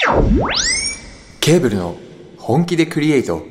ケーブルの本気でクリエイト。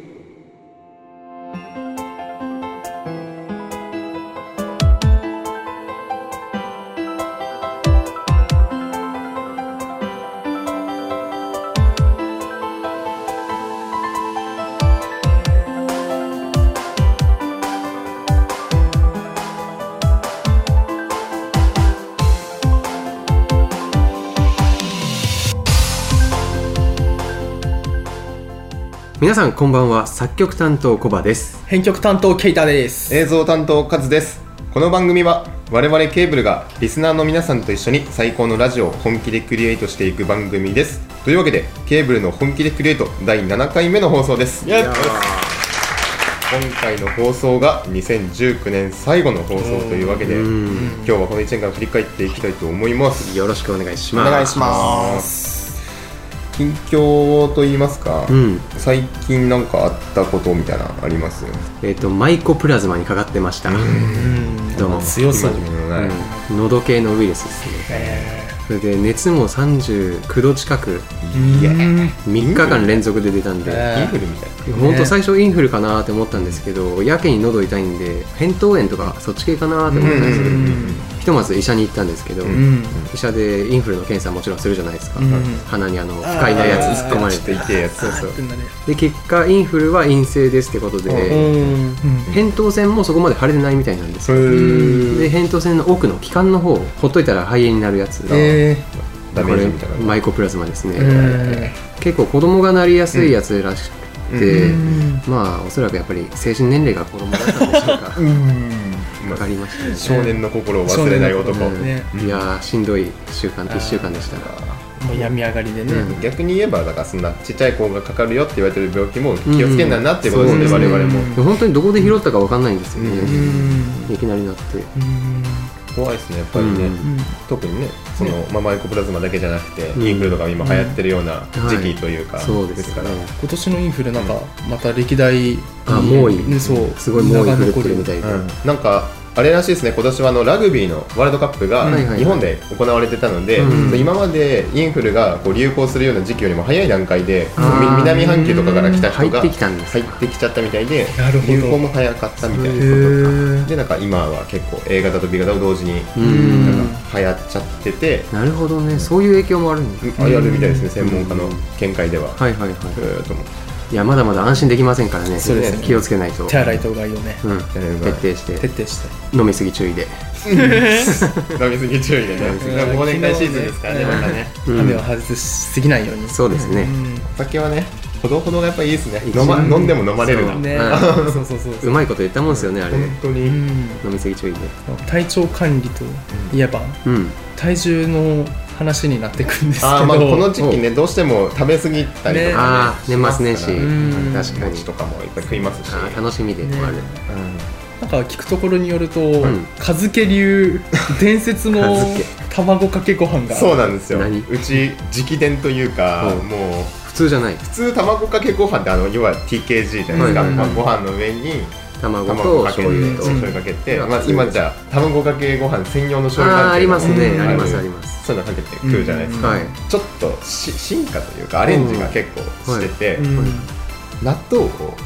皆さんこんばんは。作曲担当コバです。 編曲担当ケイタです。 映像担当カズです。この番組は我々ケーブルがリスナーの皆さんと一緒に最高のラジオを本気でクリエイトしていく番組です。というわけでケーブルの本気でクリエイト第7回目の放送です。今回の放送が2019年最後の放送というわけで、今日はこの1年間振り返っていきたいと思います。 よろしくお願いします。 お願いします。 近況と言いますか、最近なんかあったことみたいなあります？ マイコプラズマにかかってました。どうも強そう。 喉系のウイルスですね。それで熱も39度近く、3日間連続で出たんで、 インフルみたいな。 本当最初インフルかなって思ったんですけど、やけに喉痛いんで扁桃炎とかそっち系かなって思ったんですけど、ひとまず医者に行ったんですけど、医者でインフルの検査もちろんするじゃないですか。鼻に不快なやつ突っ込まれて、 痛いやつ。 そうで結果インフルは陰性ですってことで、扁桃腺もそこまで腫れてないみたいなんですよ。で扁桃腺の奥の気管の方ほっといたら肺炎になるやつ、 ダメージみたいな。 マイコプラズマですね。結構子供がなりやすいやつらしくて、まあおそらくやっぱり精神年齢が子供だったんでしょうか。わかりましたね。 少年の心を忘れない男。 いやーしんどい1週間でしたが、 もう病み上がりでね。 逆に言えばだからそんなちっちゃい子がかかるよって言われてる病気も気をつけんだなっていうことですね、我々も。 本当にどこで拾ったかわかんないんですよね。いきなりなって。 怖いですね、やっぱりね。特にね、そのマイコプラズマだけじゃなくて、インフルとか今流行ってるような時期というか、 ですから。 今年のインフルなんかまた歴代猛威、 そうすごい猛威振るってるみたいで。 なんかあれらしいですね、今年はラグビーのワールドカップが日本で行われてたので、今までインフルがこう流行するような時期よりも早い段階で南半球とかから来た人が入ってきちゃったみたいで、流行も早かったみたいなことで、なんか今は結構 A 型と B 型を同時になんか流行っちゃってて。 なるほどね、そういう影響もあるんですね。 あるみたいですね、専門家の見解では。 いやまだまだ安心できませんからね。 そうですね、 気をつけないと。 手洗いうがいをね、 徹底して飲みすぎ注意で。 飲みすぎ注意でね。忘年会シーズンですからね、またね。 雨を外しすぎないように。 そうですね。 お酒はね、ほどほどがやっぱいいですね。飲んでも飲まれるな。 うまいこと言ったもんですよね、あれ。 本当に飲みすぎ注意で。 体調管理といえば、体重の話になってくるんですけど、 この時期ね、どうしても食べ過ぎたりとか年末年始確かにとかもいっぱい食いますし、 楽しみでもある。 なんか聞くところによると、和家流伝説の卵かけご飯が。 そうなんですよ。うち直伝というか、もう普通じゃない。 普通卵かけご飯って要は TKG じゃないですか。ご飯の上に卵と醤油かけて、今じゃ卵かけご飯専用の醤油なんてありますね。ありますあります。 そういうのかけて食うじゃないですか。ちょっと進化というかアレンジが結構してて、納豆を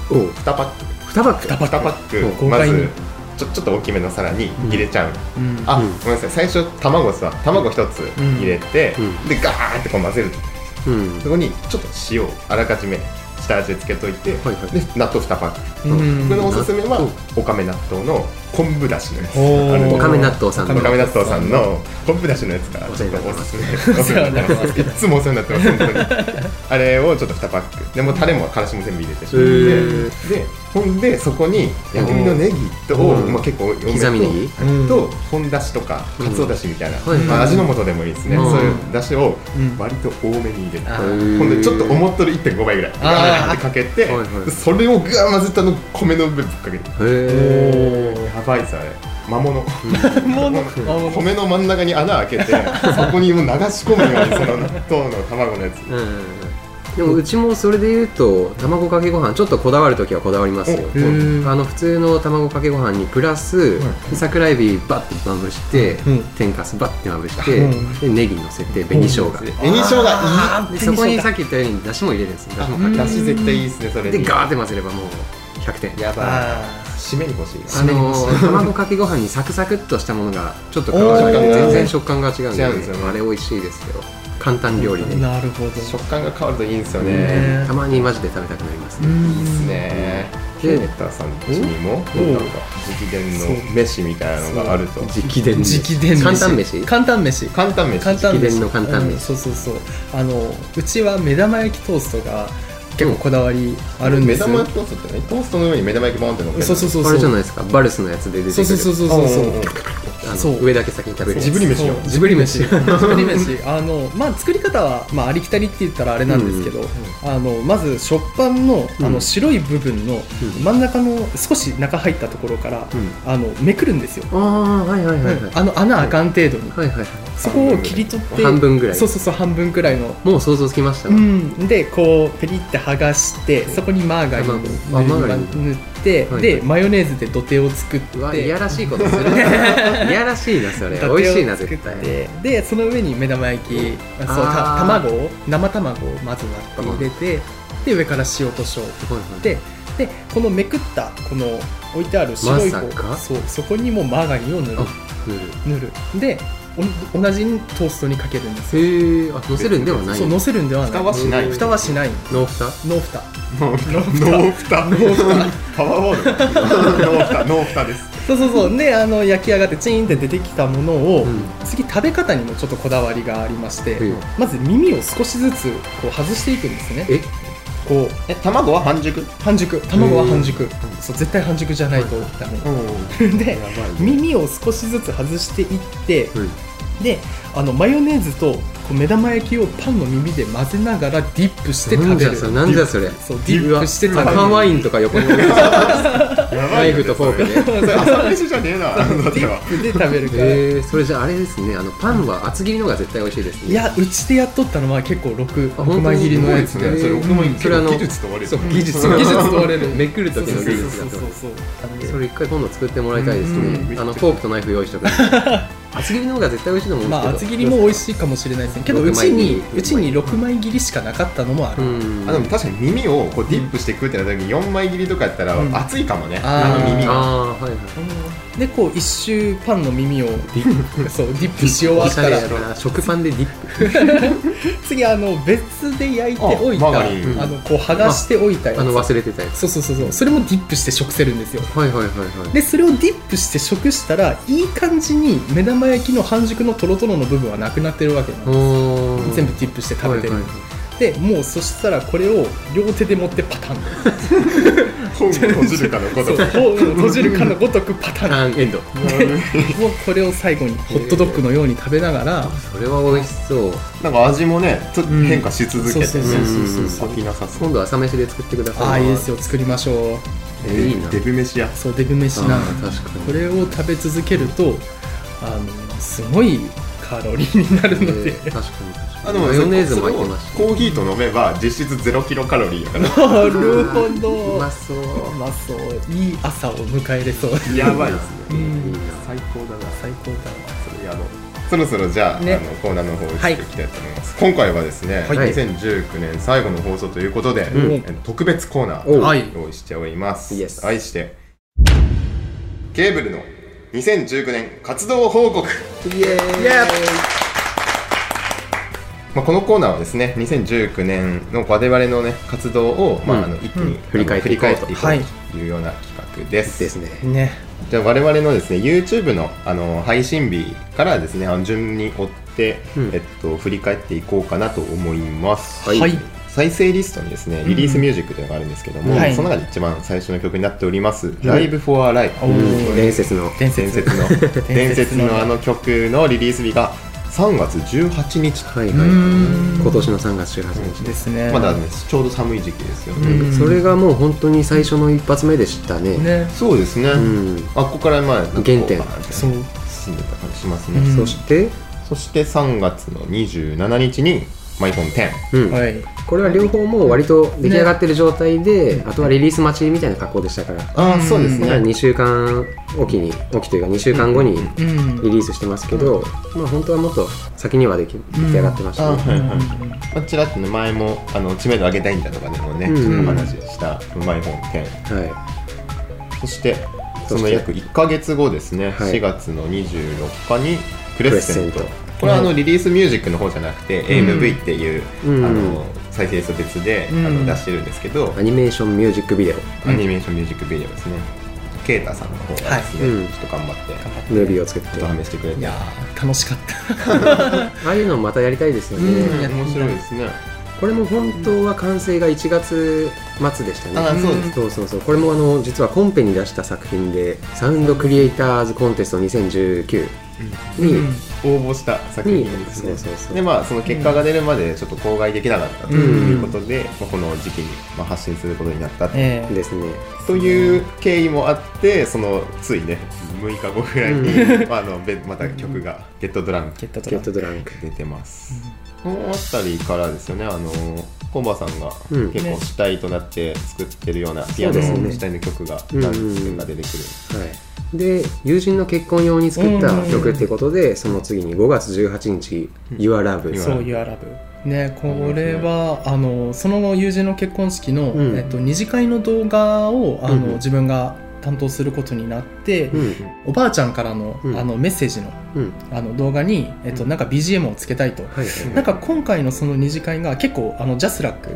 2パックまずちょっと大きめの皿に入れちゃう。ごめんなさい、最初卵1つ入れて、でガーってこう混ぜる。そこにちょっと塩をあらかじめ下味つけといて、で納豆2パック。僕のおすすめはおかめ納豆の昆布だしのやつ。 おかめ納豆さんの昆布だしのやつがちょっとおすすめ。いつもお世話になってます本当に。あれをちょっと2パックでもタレもからしも全部入れてしまって、でほんでそこに薬味のネギと結構刻みネギと本だしとかかつおだしみたいな味の素でもいいですね。そういうだしを割と多めに入れて、ほんでちょっと思っとる 1.5 倍ぐらいってかけて、それをぐわ混ぜたの米の上ぶっかけて、やばいっすあれ。魔物米の真ん中に穴開けてそこにもう流し込むようにその納豆の卵のやつでもうちもそれで言うと卵かけご飯ちょっとこだわるときはこだわりますよ。普通の卵かけご飯にプラス桜エビバッてまぶして、天かすバッてまぶして、でネギ乗せて紅生姜、 紅生姜いい。 そこにさっき言ったようにだしも入れるんですよ。 だし絶対いいですね。それでガーって混ぜればもう100点。 やばい。締めに欲しい。 卵かけご飯にサクサクっとしたものがちょっと変わるだけで全然食感が違うんで、あれ美味しいですよ。簡単料理で。 なるほど。 食感が変わるといいんですよね。 たまにマジで食べたくなりますね。 いいですね。ケータさんたちにもなんか直伝の飯みたいなのがあると。 直伝簡単飯簡単飯直伝の簡単飯。 そううちは目玉焼きトーストが結構こだわりあるんですよ。 目玉焼きトーストってね、トーストの上に目玉焼きボンって乗ってる。 そうあれじゃないですか、バルスのやつで出てくる。 そう上だけ先に食べるジブリ飯よ。 ジブリ飯まあ作り方はありきたりって言ったらあれなんですけど、まず食パンの白い部分の真ん中の少し中入ったところからめくるんですよ。穴あかん程度にそこを切り取って半分ぐらい。 そう半分ぐらいの。 もう想像つきました。 でこうペリって剥がしてそこにマーガリンを塗ってでマヨネーズで土手を作って。 いやらしいことするね。いやらしいなそれ。美味しいな絶対。 でその上に目玉焼き生卵をまず割って入れて、で上から塩コショウでこのめくったこの置いてある白い方、そこにもマーガリンを塗るで同じにトーストにかけるんですよ。 乗せるんではない。 そう乗せるんではない。蓋はしない。 ノー蓋パワーワードノー蓋です。 そうで焼き上がってチーンって出てきたものを、次食べ方にもちょっとこだわりがありまして、まず耳を少しずつこう外していくんですね。 卵は半熟。 卵は半熟。そう絶対半熟じゃないとダメ。で耳を少しずつ外していって、でマヨネーズと目玉焼きをパンの耳で混ぜながらディップして食べる。 なんじゃそれ。 そうディップして食べる。 赤ワインとか横に置いてナイフとフォークで。 朝飯じゃねえな。 ディップで食べるから。 それじゃあれですね。パンは厚切りのが絶対美味しいですね。 いやうちでやっとったのは結構6枚切りのやつで。 それ6枚切り。技術問われる。 技術問われる。めくる時の技術だと。それ一回今度作ってもらいたいですね。フォークとナイフ用意しておく。厚切りの方が絶対美味しいと思うんですけど。 厚切りも美味しいかもしれないですね。けどうちに6枚切りしかなかったのもある。 でも確かに耳をこうディップして食うってなった時に4枚切りとかやったら熱いかもね。耳が。 でこう一周パンの耳をディップし終わったら食パンでディップ。 次別で焼いておいたこう剥がしておいたやつ。 忘れてたやつ。 そうそれもディップして食せるんですよ。でそれをディップして食したらいい感じに目玉焼きの半熟のトロトロの部分はなくなってるわけなんです。全部ディップして食べてる。でもうそしたらこれを両手で持ってパタン本を閉じるかのごとく本を閉じるかのごとくパタンエンド。 もうこれを最後にホットドッグのように食べながら。 それは美味しそう。 なんか味もねちょっと変化し続けてね。飽きなさそう。 今度朝飯で作ってください。 いいですよ。作りましょう。 いいな。 デブ飯や。 そうデブ飯なの。これを食べ続けるとすごいカロリーになるので。 確かにマヨネーズも入ってました。 コーヒーと飲めば実質0キロカロリーやから。 なるほど。 うまそう。 いい朝を迎えれそう。 やばいですね。 最高だな。 そろそろじゃあコーナーの方をしていきたいと思います。今回はですね2019年最後の放送ということで特別コーナーを用意しております。題してケーブルの2019年活動報告。 イエーイ。 このコーナーはですね2019年の我々のね活動を一気に振り返っていこうというような企画ですね。 じゃあ我々のですね YouTube の配信日からですね順に追って振り返っていこうかなと思います。再生リストにですねリリースミュージックというのがあるんですけども、その中で一番最初の曲になっております「Live for a Life」、伝説の曲のリリース日が3月18日。 今年の3月18日ですね。 まだねちょうど寒い時期ですよね。 それがもう本当に最初の一発目でしたね。 そうですね。ここから原点進んでた感じしますね。 そして 3月の27日にマイフォン 10、はい、これは両方もう割と出来上がってる状態で、あとはリリース待ちみたいな格好でしたから、 そうですね、 2週間おきというか2週間後にリリースしてますけど、本当はもっと先には出来上がってましたね。 ちらっとね、前も知名度上げたいんだとかでもね、お話ししたマイフォン10、そしてその約1ヶ月後ですね、4月の24日にクレッセント、これはリリースミュージックの方じゃなくて AMV っていう再生と別で出してるんですけど、 アニメーションミュージックビデオですね。ケイタさんの方がですね、ちょっと頑張ってムービーを作って試してくれて、 いや楽しかったああいうのまたやりたいですよね。 面白いですね。 これも本当は完成が1月末でしたね。そうこれも実はコンペに出した作品でサウンドクリエイターズコンテスト2019に応募した作品ですね。でその結果が出るまでちょっと口外できなかったということで、この時期に発信することになったですね。 という経緯もあって、ついね6日後ぐらいにまた曲がゲットドランク出てます。この辺りからですよね、コンバさんが結構主体となって作ってるようなピアノの主体の曲が何点か出てくる。 で友人の結婚用に作った曲ってことで、その次に5月18日「Your Love」 そう「Your Love」ね、これはその友人の結婚式の二次会の動画を自分が担当することになって、おばあちゃんからのメッセージの動画になんか BGM をつけたいと。なんか今回のその二次会が結構ジャスラック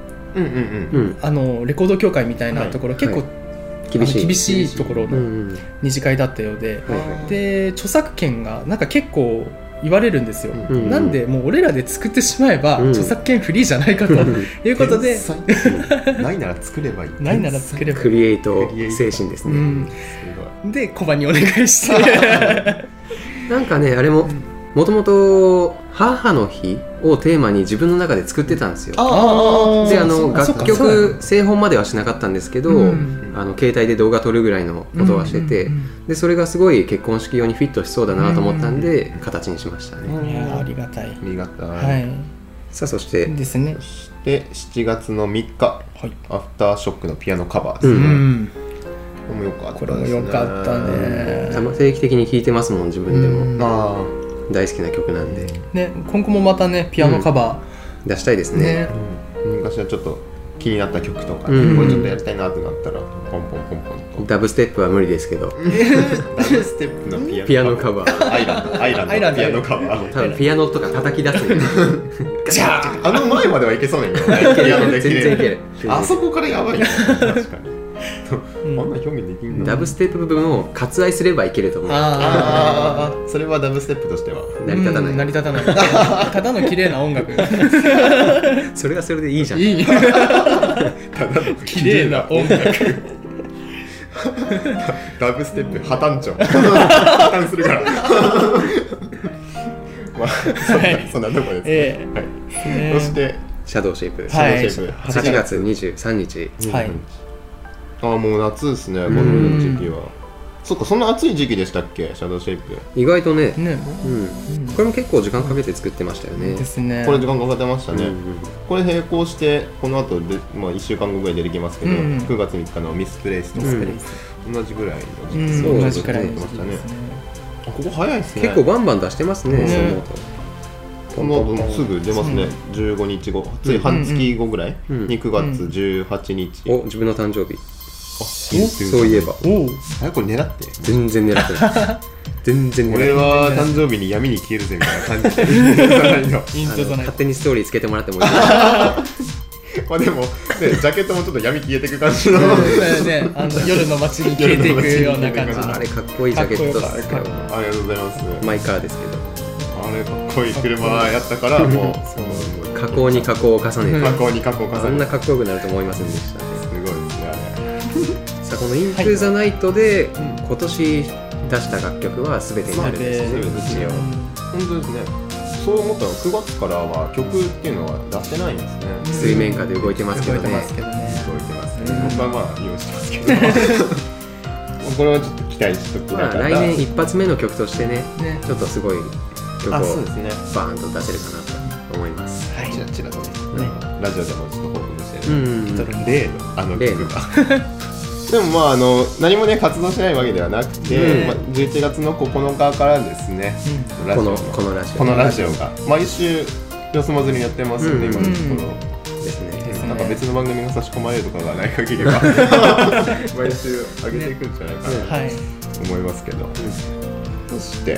レコード協会みたいなところ結構厳しいところの二次会だったようで、で著作権がなんか結構言われるんですよ。なんでもう俺らで作ってしまえば著作権フリーじゃないかということで、 ないなら作ればいい。 クリエイト精神ですね。 でコバにお願いしてなんかね、あれももともと母の日をテーマに自分の中で作ってたんですよ。で楽曲製本まではしなかったんですけど、携帯で動画撮るぐらいのことはしてて、でそれがすごい結婚式用にフィットしそうだなと思ったんで形にしましたね。 いやありがたい。 さあそしてですね。 そして7月の3日、アフターショックのピアノカバーですね。これもよかったね。 定期的に聴いてますもん、自分でも。大好きな曲なんでね、今後もまたねピアノカバー出したいですね。 昔はちょっと気になった曲とか、これちょっとやりたいなってなったらポンポンポンポンと。 ダブステップは無理ですけど、 ダブステップのピアノカバー、 アイランドピアノカバー、 多分ピアノとか叩き出すガチャー前まではいけそうなんやけど、 全然いける。 あそこからやばい。確かにあんな表現できんの。 ダブステップ部分を割愛すればいけると思う。 それはダブステップとしては成り立たないただの綺麗な音楽それがそれでいいじゃん。 ただの綺麗な音楽ダブステップ破綻調破綻するからそんなとこです。そしてシャドウシェイプ8月23日。 もう夏ですね、この時期は。そっか、そんな暑い時期でしたっけ、シャドウシェイプ。 意外とね、これも結構時間かけて作ってましたよね。 これ時間かけてましたね。これ並行してこの後で1週間後ぐらいでできますけど、9月3日のミスプレイスと同じぐらいの時期そう同じくらいでましたね。ここ早いですね。 結構バンバン出してますね。 この後すぐ出ますね。15日後、つい半月後ぐらいに9月18日。 お、自分の誕生日。そういえば。 これ狙って。 全然狙ってない。全然狙ってない。 俺は誕生日に闇に消えるぜみたいな感じで勝手にストーリーつけてもらってもいいまあでも、ね、ジャケットもちょっと闇消えていく感じの夜の街に消えていくような感じのあれかっこいいジャケットですよ。 ありがとうございます。 マイカーですけど、 あれかっこいい車やったからもう加工に加工を重ねて、 あんなかっこよくなると思いませんでしたね。 すごいですね、あれ。 さあこのイントゥザナイトで今年出した楽曲は全てになるんですね。一応本当ですね。そう思ったら9月からは曲っていうのは出してないんですね。 水面下で動いてますけどね。 動いてますね。僕はまあ利用してますけどこれはちょっと期待しときながら、 来年一発目の曲としてね、ちょっとすごい曲をバーンと出せるかなと。 思います。 はい、 チラチラとね、ラジオでもちょっと報告してる例の曲がでもまあ何もね活動しないわけではなくて、11月の9日からですね、このラジオが毎週よそまずにやってますんで、今のところですね。なんか別の番組が差し込まれるとかがない限りは毎週上げていくんじゃないかなと思いますけど、そして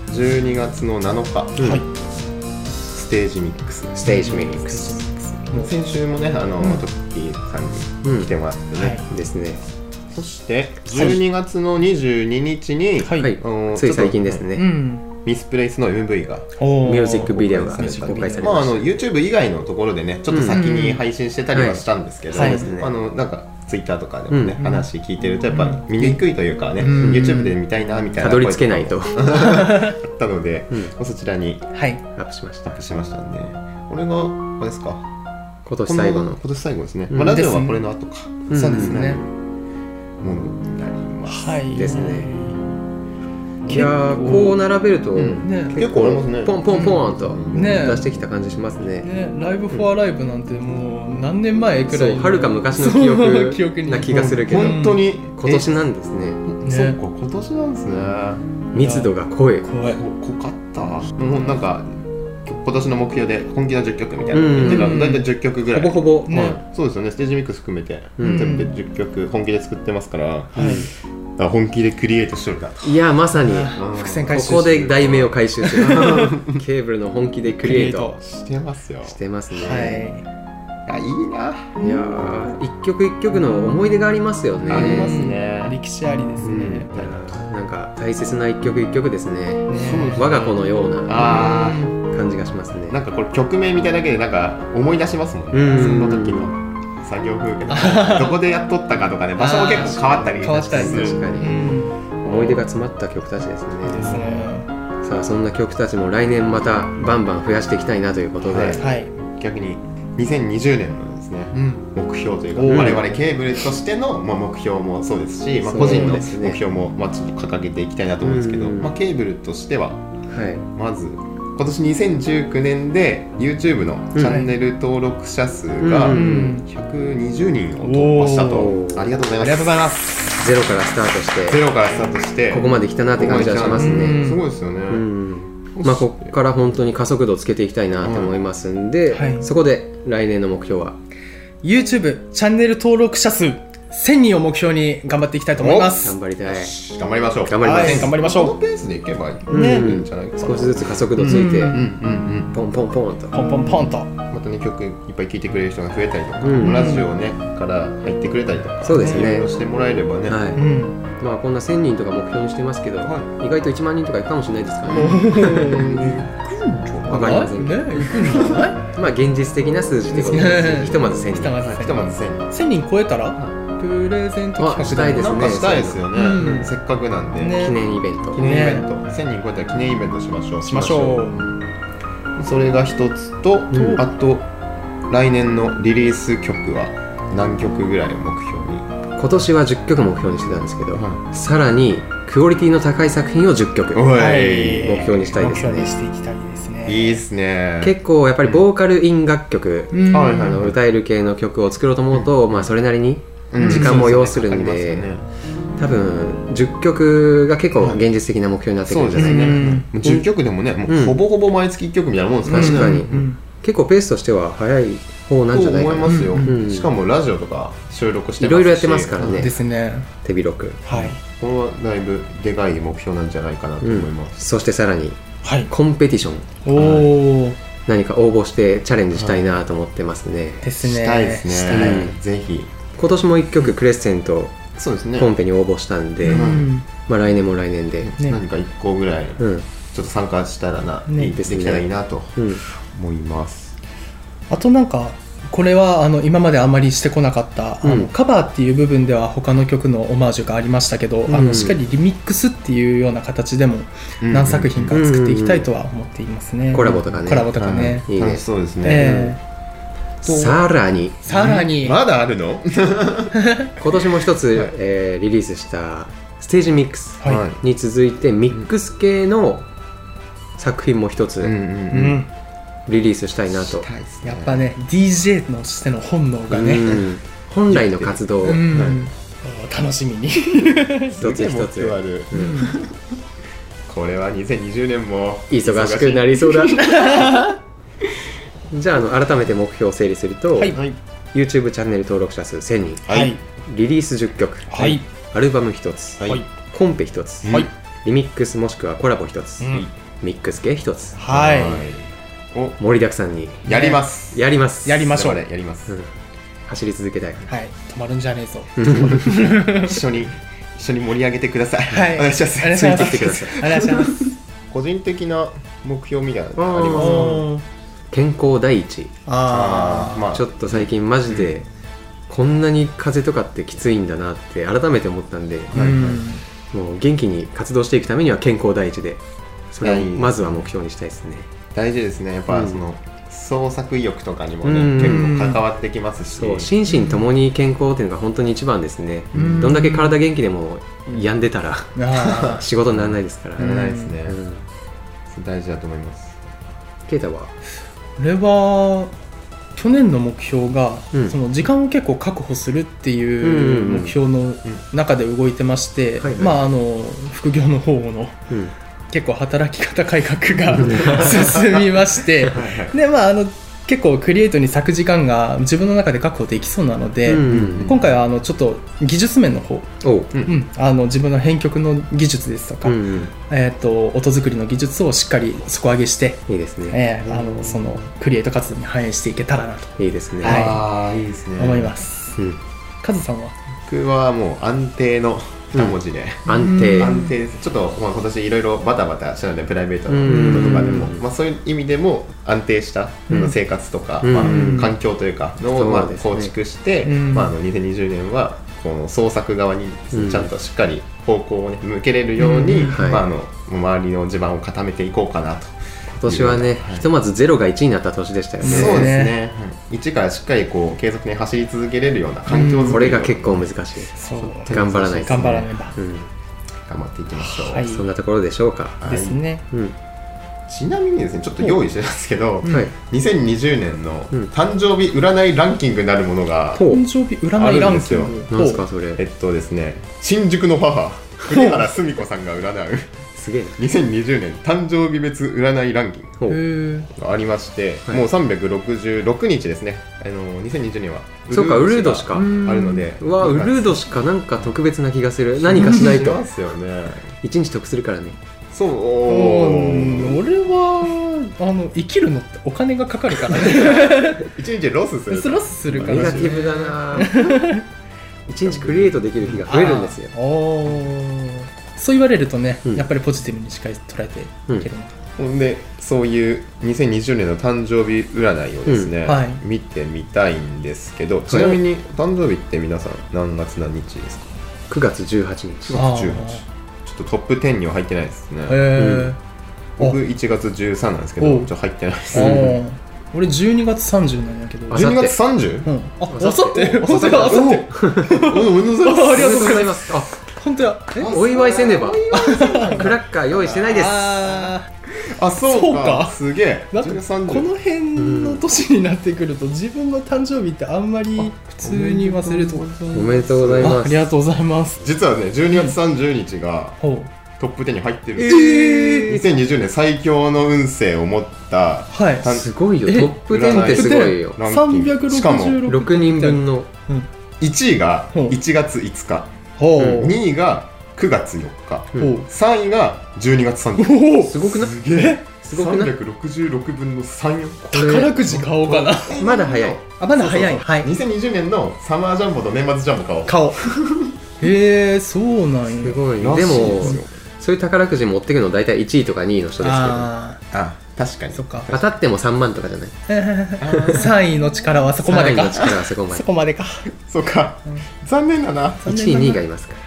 12月の7日、ステージミックス先週もねトッキーさんに来てもらってね、 ですね。 そして12月の22日に、 つい最近ですね、 ミスプレイスの MV がミュージックビデオが公開されました。 YouTube 以外のところでねちょっと先に配信してたりはしたんですけど、なんか Twitter とかでもね、話聞いてるとやっぱ見にくいというかね、YouTube で見たいなみたいなたどり着けないとあったので、そちらにアップしましたんで、これがあれですか、 今年最後ですね。ラジオはこれの後か。 そうですね。 ものになりますですね。いやこう並べると結構ありますね。 ポンポンポンと出してきた感じしますね。 ライブフォアライブなんてもう何年前くらい、 はるか昔の記憶な気がするけど、 本当に今年なんですね。 そっか、今年なんですね。 密度が濃かった。もうなんか今年の目標で本気の10曲みたいな言ってたら、だいたい10曲ぐらいほぼそうですよね。ステージミックス含めて全部で10曲本気で作ってますから、本気でクリエイトしとるかと。 いやまさに伏線回収、 ここで題名を回収するケーブルの本気でクリエイトしてますよ。 してますね。 いいな。 いや一曲一曲の思い出がありますよね。 ありますね。 歴史ありですね。 なんか大切な一曲一曲ですね。我が子のような感じがしますね。 なんかこれ曲名見ただけでなんか思い出しますもんね。その時の作業風景どこでやっとったかとかね、場所も結構変わったりする。 確かに思い出が詰まった曲たちですね。さあそんな曲たちも来年またバンバン増やしていきたいなということで、 逆に2020年のですね、目標というか、我々ケーブルとしての目標もそうですし、個人の目標もちょっと掲げていきたいなと思うんですけど、ケーブルとしてはまず今年2019年で YouTube のチャンネル登録者数が120人を突破したと。ありがとうございます。 ゼロからスタートしてここまで来たなって感じがしますね。 すごいですよね。 ここから本当に加速度をつけていきたいなと思いますんで、そこで来年の目標は YouTube チャンネル登録者数1000人を目標に頑張っていきたいと思います。 頑張りたい。 頑張りましょう。 頑張りましょう。 このペースでいけばいいんじゃないかな。 少しずつ加速度ついてポンポンポンとまたね曲いっぱい聴いてくれる人が増えたりとか、ラジオねから入ってくれたりとか、 そうですね、 してもらえればね。 まあこんな1000人とか目標にしてますけど、意外と1万人とかいくかもしれないですからね。わかりませんね。まあ現実的な数字ってことで、ひとまず1000人。 1000人超えたらプレゼント企画したいですね。 したいですよね。せっかくなんで記念イベント。 1000人超えたら記念イベントしましょう。それが一つと、あと来年のリリース曲は何曲ぐらいを目標に。 今年は10曲目標にしてたんですけど、さらにクオリティの高い作品を10曲目標にしたいですね。 いいですね。 結構やっぱりボーカルイン楽曲、歌える系の曲を作ろうと思うと、まあそれなりに時間も要するんで、多分10曲が結構現実的な目標になってくるんじゃないかな。 10曲でもね、ほぼほぼ毎月1曲みたいなもんですから。 確かに結構ペースとしては早い方なんじゃないかなと思いますよ。しかもラジオとか収録してますし、 いろいろやってますからね。 ですね。 手広く。 これはだいぶでかい目標なんじゃないかなと思います。 そしてさらにコンペティション、何か応募してチャレンジしたいなと思ってますね。 したいですね。ぜひ。 今年も1曲クレッセントコンペに応募したんで、まあ来年も来年で何か1個ぐらいちょっと参加したらできたらいいなと思います。 あとなんかこれは今まであまりしてこなかったカバーっていう部分では他の曲のオマージュがありましたけど、しっかりリミックスっていうような形でも何作品か作っていきたいとは思っていますね。 コラボとかね。 いいね。そうですね。 さらにまだあるの？ 今年も一つリリースしたステージミックスに続いてミックス系の作品も一つリリースしたいなと。 やっぱね DJ のしての本能がね、 本来の活動を楽しみに一つ一つこれは2020年も忙しくなりそうだじゃあ、改めて目標を整理すると、YouTube チャンネル登録者数1000人、リリース10曲、アルバム1つ、コンペ1つ、リミックスもしくはコラボ1つ、ミックス系1つ、盛りだくさんにやりますやりましょう。 やります、 走り続けたい。 止まるんじゃねえぞ一緒に盛り上げてください。お願いします。 ついてきてください。 お願いします。 個人的な目標みたいなのありますか？ 健康第一。ちょっと最近マジでこんなに風邪とかってきついんだなって改めて思ったんで、もう元気に活動していくためには健康第一で、それをまずは目標にしたいですね。 大事ですね。やっぱその創作意欲とかにもね、結構関わってきますし、 心身ともに健康っていうのが本当に一番ですね。どんだけ体元気でも病んでたら仕事にならないですから。 ならないですね。大事だと思います。 ケイタは？ 俺は去年の目標が、その時間を結構確保するっていう目標の中で動いてまして、副業の方の結構働き方改革が進みましてで、結構クリエイトに割く時間が自分の中で確保できそうなので、今回はちょっと技術面の方、自分の編曲の技術ですとか、音作りの技術をしっかり底上げして、 いいですね。 そのクリエイト活動に反映していけたらなと、 いいですね。 いいですね。 思います。カズさんは？ 僕はもう安定の2文字で、 安定です。ちょっと今年いろいろバタバタしたので、プライベートのこととかでも、そういう意味でも安定した生活とか、環境というかのを構築して、2020年はこの創作側にちゃんとしっかり方向を向けれるように、周りの地盤を固めていこうかなと。 今年はね、ひとまず0が1になった年でしたよね。 そうですね。1からしっかり継続に走り続けれるような環境づくり、 これが結構難しい。頑張らないと。 頑張らねば。 頑張っていきましょう。 そんなところでしょうか。 ですね。 ちなみにですね、ちょっと用意してるんですけど、2020年の誕生日占いランキングになるものが誕生日占いランキング。 なんですかそれ？ ですね、新宿の母栗原澄子さんが占う2020年誕生日別占いランキングがありまして、もう366日ですね。2020年はウルー年かあるので、 うわ、ウルー年か、なんか特別な気がする。何かしないと。 しますよね。 1日得するからね。 そう。 俺は生きるのってお金がかかるからね。 1日ロスするからネガティブだな。1日クリエイトできる日が増えるんですよ。 そう言われるとね、やっぱりポジティブにしっかり捉えていけるので、そういう2020年の誕生日占いをですね、見てみたいんですけど、ちなみに誕生日って皆さん何月何日ですか ？9月18日。 ちょっとトップ10には入ってないですね。僕1月13なんですけど、ちょっと入ってないです。 俺12月30なんやけど。 12月 30？ あさって？ あさって。おめでとうございます。本当や。 お祝いせねば。クラッカー用意してないです。 そうか。すげえ。 なんかこの辺の年になってくると自分の誕生日ってあんまり普通に忘れると。 おめでとうございます。 ありがとうございます。 実はね、12月30日がトップ10に入ってる。2020年最強の運勢を持った。 すごいよ。トップ10ってすごいよ。 しかも 6人分の。 1位が1月5日。2位が9月4日、3位が12月30日。 すごくない？ すごくない ？366分の3よ。 宝くじ買おうかな。 まだ早い。 まだ早い。 2020年のサマージャンボと年末ジャンボ買おう。 そうなんや。 すごい。でもそういう宝くじ持ってくの大体1位とか2位の人ですけど。 確かに。 当たっても3万とかじゃない。 3位の力はそこまでか。 3位の力はそこまで。 そこまでか。 そうか。残念だな。 1位2位がいますから。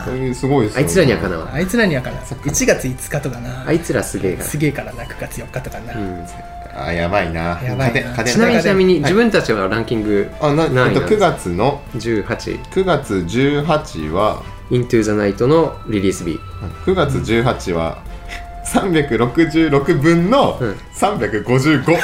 そういうすごいです。 あいつらにはかなわ。 あいつらにはかなわ。1月5日とかな。 あいつらすげえから。 すげえからな。9月4日とかな。 やばいな。 ちなみに自分たちはランキング 9月の 18。 9月18は Into the Night のリリース日。 9月18は 366分の355、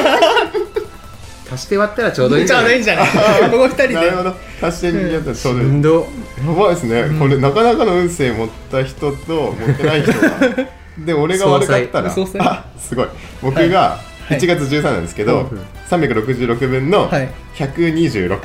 足して割ったらちょうどいいんじゃない。 ここ2人でなるほど、足して2やったらちょうどいい。 やばいですね、これなかなかの運勢持った人と持ってない人がで俺が悪かったら、すごい、僕が1月13なんですけど、366分の126、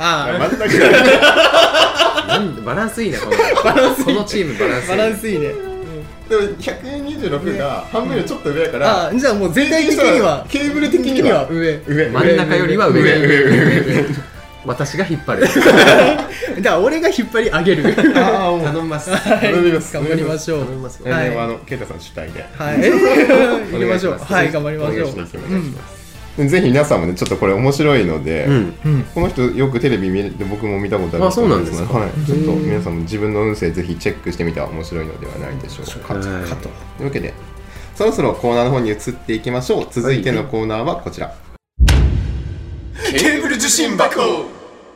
バランスいいな、このチームバランスいいね。 でも126が半分よりちょっと上やから、 じゃあもう全体的にはケーブル的には上、 真ん中よりは上、私が引っ張る。 じゃあ俺が引っ張り上げる。 頼みます。 頑張りましょう。 来年はケイタさん主体で行きましょう。はい、頑張りましょう。 ぜひ皆さんもね、ちょっとこれ面白いので、この人よくテレビ見て僕も見たことあるそうなんですか。 ちょっと皆さんも自分の運勢ぜひチェックしてみたら面白いのではないでしょうか。というわけでそろそろコーナーの方に移っていきましょう。続いてのコーナーはこちら、 ケーブル受信箱。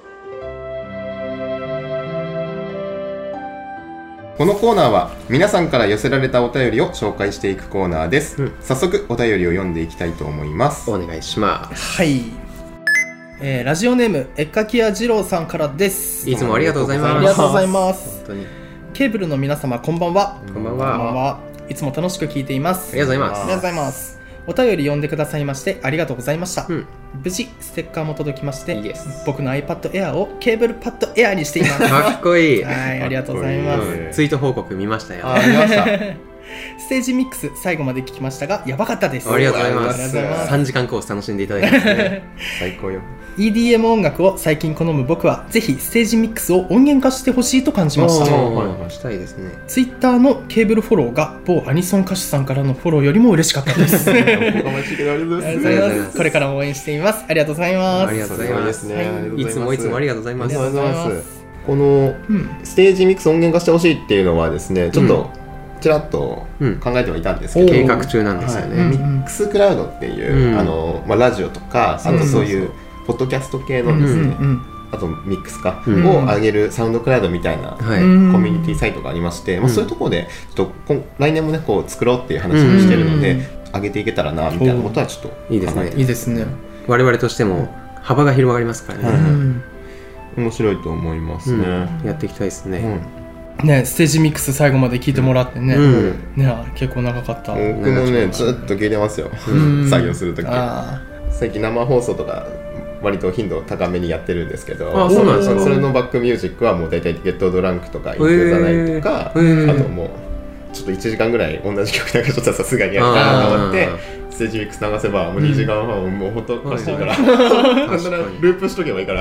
このコーナーは皆さんから寄せられたお便りを紹介していくコーナーです、早速お便りを読んでいきたいと思います。 お願いします。 はい、ラジオネームエッカキヤ二郎さんからです。 いつもありがとうございます。 ありがとうございます。 本当にケーブルの皆様こんばんは。 こんばんは。 いつも楽しく聞いています。 ありがとうございます。 ありがとうございます。お便り読んでくださいましてありがとうございました、無事ステッカーも届きまして、僕の iPad Air をケーブルパッド Air にしています。 かっこいい。 はい、ありがとうございます。 ツイート報告見ましたよ。 見ました。 ステージミックス最後まで聞きましたがやばかったです。 ありがとうございます。3時間コース楽しんでいただいてますね。 最高よ。 EDM 音楽を最近好む僕はぜひステージミックスを音源化してほしいと感じました。 したいですね。 ツイッターのケーブルフォローが某アニソン歌手さんからのフォローよりも嬉しかったです。 ありがとうございます。 これからも応援しています。ありがとうございます。 ありがとうございます。いつもいつもありがとうございます。 このステージミックス音源化してほしいっていうのはですね、ちょっとちらっと考えてはいたんですけど、 計画中なんですよね。 ミックスクラウドっていうラジオとか、あとそういうポッドキャスト系のですね、あとミックス化を上げるサウンドクラウドみたいなコミュニティサイトがありまして、そういうところでちょっと来年もねこう作ろうっていう話をしてるので、上げていけたらなみたいなことはちょっと考えていいですね。 我々としても幅が広がりますからね。 面白いと思いますね。 やっていきたいですね。 ね、ステージミックス最後まで聞いてもらってね、結構長かった。 僕もねずっと聞いてますよ、作業するとき。最近生放送とか割と頻度高めにやってるんですけど、 そうなんですか。 それのバックミュージックはもう大体ゲットドランクとかイントゥザナイトとか、あともうちょっと1時間ぐらい同じ曲なんかちょっとさすがにやるかなと思ってステージミックス流せばもう2時間半もうほっとかしていいからループしとけばいいから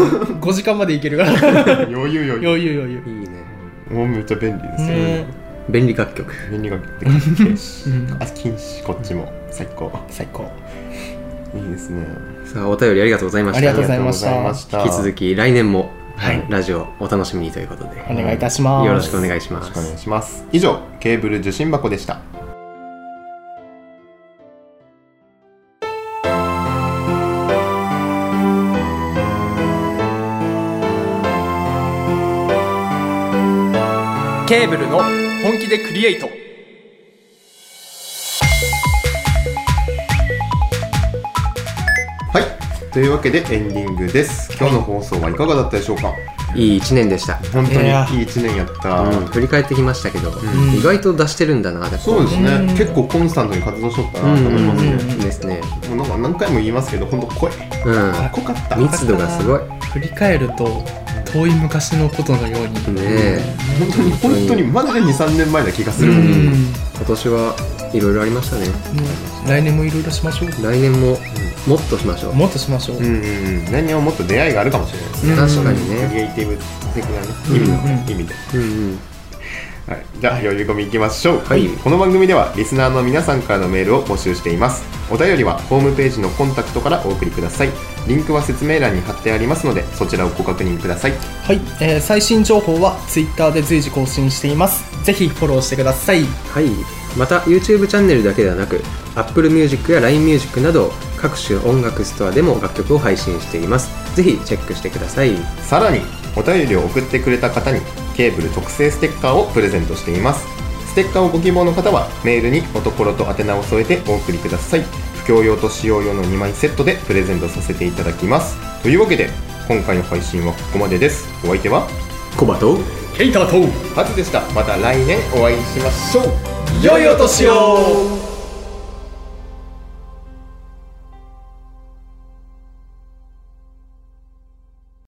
5時間までいけるから余裕いいね。 もうめっちゃ便利ですよね。 便利楽曲禁止こっちも最高いいですね。 さあお便りありがとうございました。 ありがとうございました。 引き続き来年もラジオお楽しみにということでお願いいたします。 よろしくお願いします。 以上ケーブル受信箱でした。 ケーブルの本気でクリエイト。 はい、というわけでエンディングです。今日の放送はいかがだったでしょうか。 いい1年でした。 本当にいい1年やった、 振り返ってきましたけど、意外と出してるんだな。 そうですね、結構コンスタントに活動しとったなと思いますね。 ですね。 もうなんか何回も言いますけど本当濃い、濃かった。 密度がすごい。 振り返ると遠い昔のことのようにね。 本当にマジで 2,3 年前な気がする。 今年はいろいろありましたね。 来年もいろいろしましょう。 来年ももっとしましょう。 もっとしましょう。 来年はもっと出会いがあるかもしれないですね。 確かにね。 クリエイティブ的なね意味で。はい、じゃあ呼び込みいきましょう。この番組ではリスナーの皆さんからのメールを募集しています。お便りはホームページのコンタクトからお送りください。リンクは説明欄に貼ってありますのでそちらをご確認ください。 はい、最新情報は Twitter で随時更新しています。ぜひフォローしてください。 はい、また YouTube チャンネルだけではなく Apple Music や LINE Music など各種音楽ストアでも楽曲を配信しています。ぜひチェックしてください。 さらにお便りを送ってくれた方にケーブル特製ステッカーをプレゼントしています。 ステッカーをご希望の方はメールにおところと宛名を添えてお送りください。布教用と使用用の2枚セットでプレゼントさせていただきます。というわけで今回の配信はここまでです。お相手はコバとケイタとハツでした。また来年お会いしましょう。 良いお年を。